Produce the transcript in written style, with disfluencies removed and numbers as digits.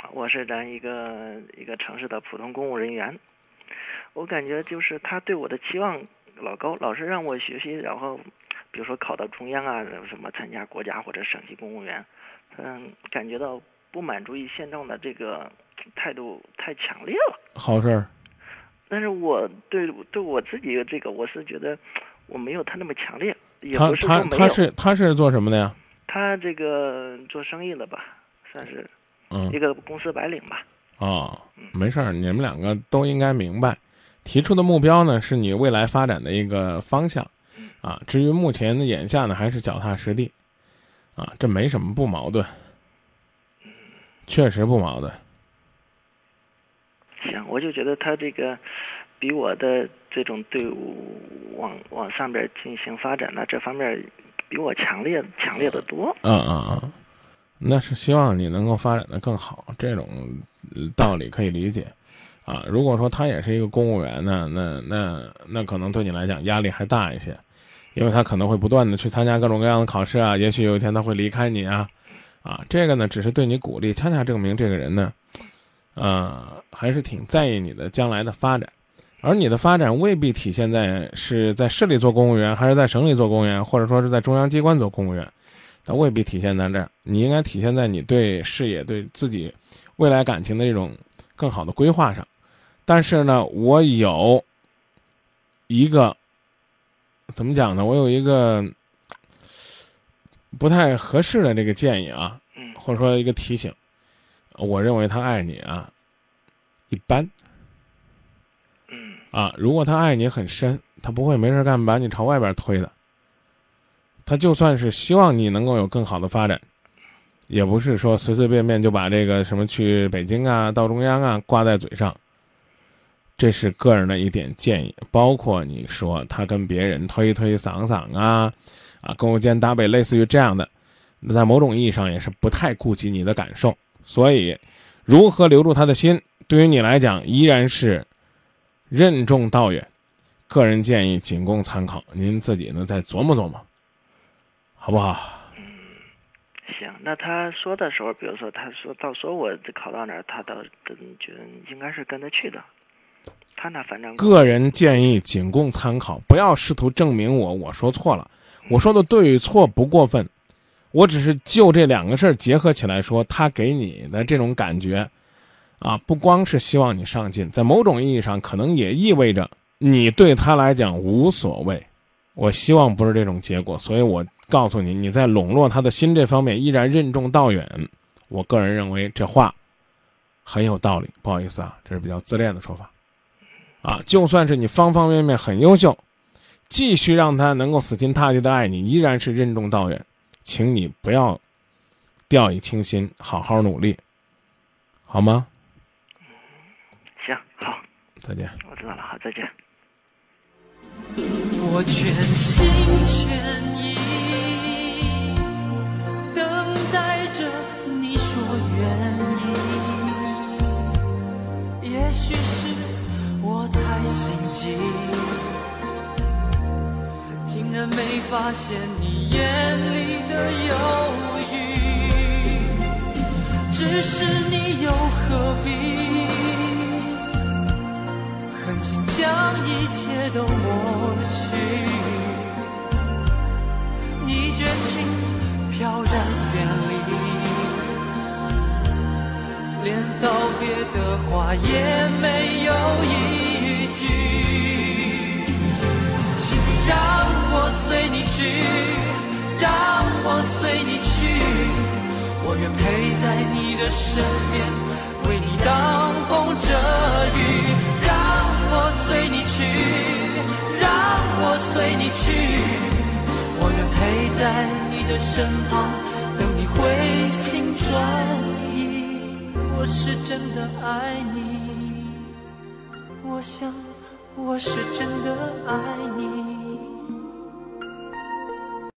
我是咱一个城市的普通公务人员。我感觉就是他对我的期望老高，老是让我学习，然后比如说考到中央啊，什么参加国家或者省级公务员，感觉到不满足于现状的这个态度太强烈了。 好事儿。 但是我对我自己这个，我是觉得我没有他那么强烈，也不是说没有。 他是做什么的呀？ 他这个做生意的吧，算是一个公司白领吧。 没事儿，你们两个都应该明白，提出的目标呢是你未来发展的一个方向，至于目前的眼下呢，还是脚踏实地，这没什么不矛盾，确实不矛盾。 行，我就觉得他这个比我的这种队伍往上边进行发展呢，这方面比我强烈的多。 那是希望你能够发展的更好，这种道理可以理解。如果说他也是一个公务员呢，那可能对你来讲压力还大一些，因为他可能会不断的去参加各种各样的考试啊，也许有一天他会离开你这个呢只是对你鼓励，恰恰证明这个人呢还是挺在意你的将来的发展，而你的发展未必体现是在市里做公务员，还是在省里做公务员，或者说是在中央机关做公务员，它未必体现在这儿。你应该体现在你对事业、对自己未来感情的这种更好的规划上。但是呢，我有一个怎么讲呢？我有一个不太合适的这个建议或者说一个提醒。我认为他爱你一般。如果他爱你很深，他不会没事干把你朝外边推的。他就算是希望你能够有更好的发展，也不是说随随便便就把这个什么去北京到中央挂在嘴上。这是个人的一点建议，包括你说他跟别人推推搡搡跟我肩搭背，类似于这样的，那在某种意义上也是不太顾及你的感受。所以如何留住他的心，对于你来讲依然是任重道远，个人建议仅供参考，您自己呢再琢磨琢磨，好不好？ 行，那他说的时候，比如说他说我考到哪儿，他倒觉得应该是跟着去的。他那反正个人建议仅供参考，不要试图证明我说错了，我说的对与错不过分，我只是就这两个事儿结合起来说，他给你的这种感觉不光是希望你上进，在某种意义上可能也意味着你对他来讲无所谓。我希望不是这种结果，所以我告诉你，你在笼络他的心这方面依然任重道远。我个人认为这话很有道理，不好意思这是比较自恋的说法就算是你方方面面很优秀，继续让他能够死心塌地的爱你，依然是任重道远。请你不要掉以轻心，好好努力，好吗？ 行，好， 再见。 我知道了，好，再见。 我全心全意等待着你说愿意，也许是我太心急，竟然没发现你眼里的犹豫，只是你又何必狠心将一切都抹去，你绝情飘然远离，连道别的话也没有一句，请让我随你去，让我随你去，我愿陪在你的身边，为你挡风遮雨，我随你去，让我随你去，我愿陪在你的身旁，等你回心转意。我是真的爱你，我想我是真的爱你。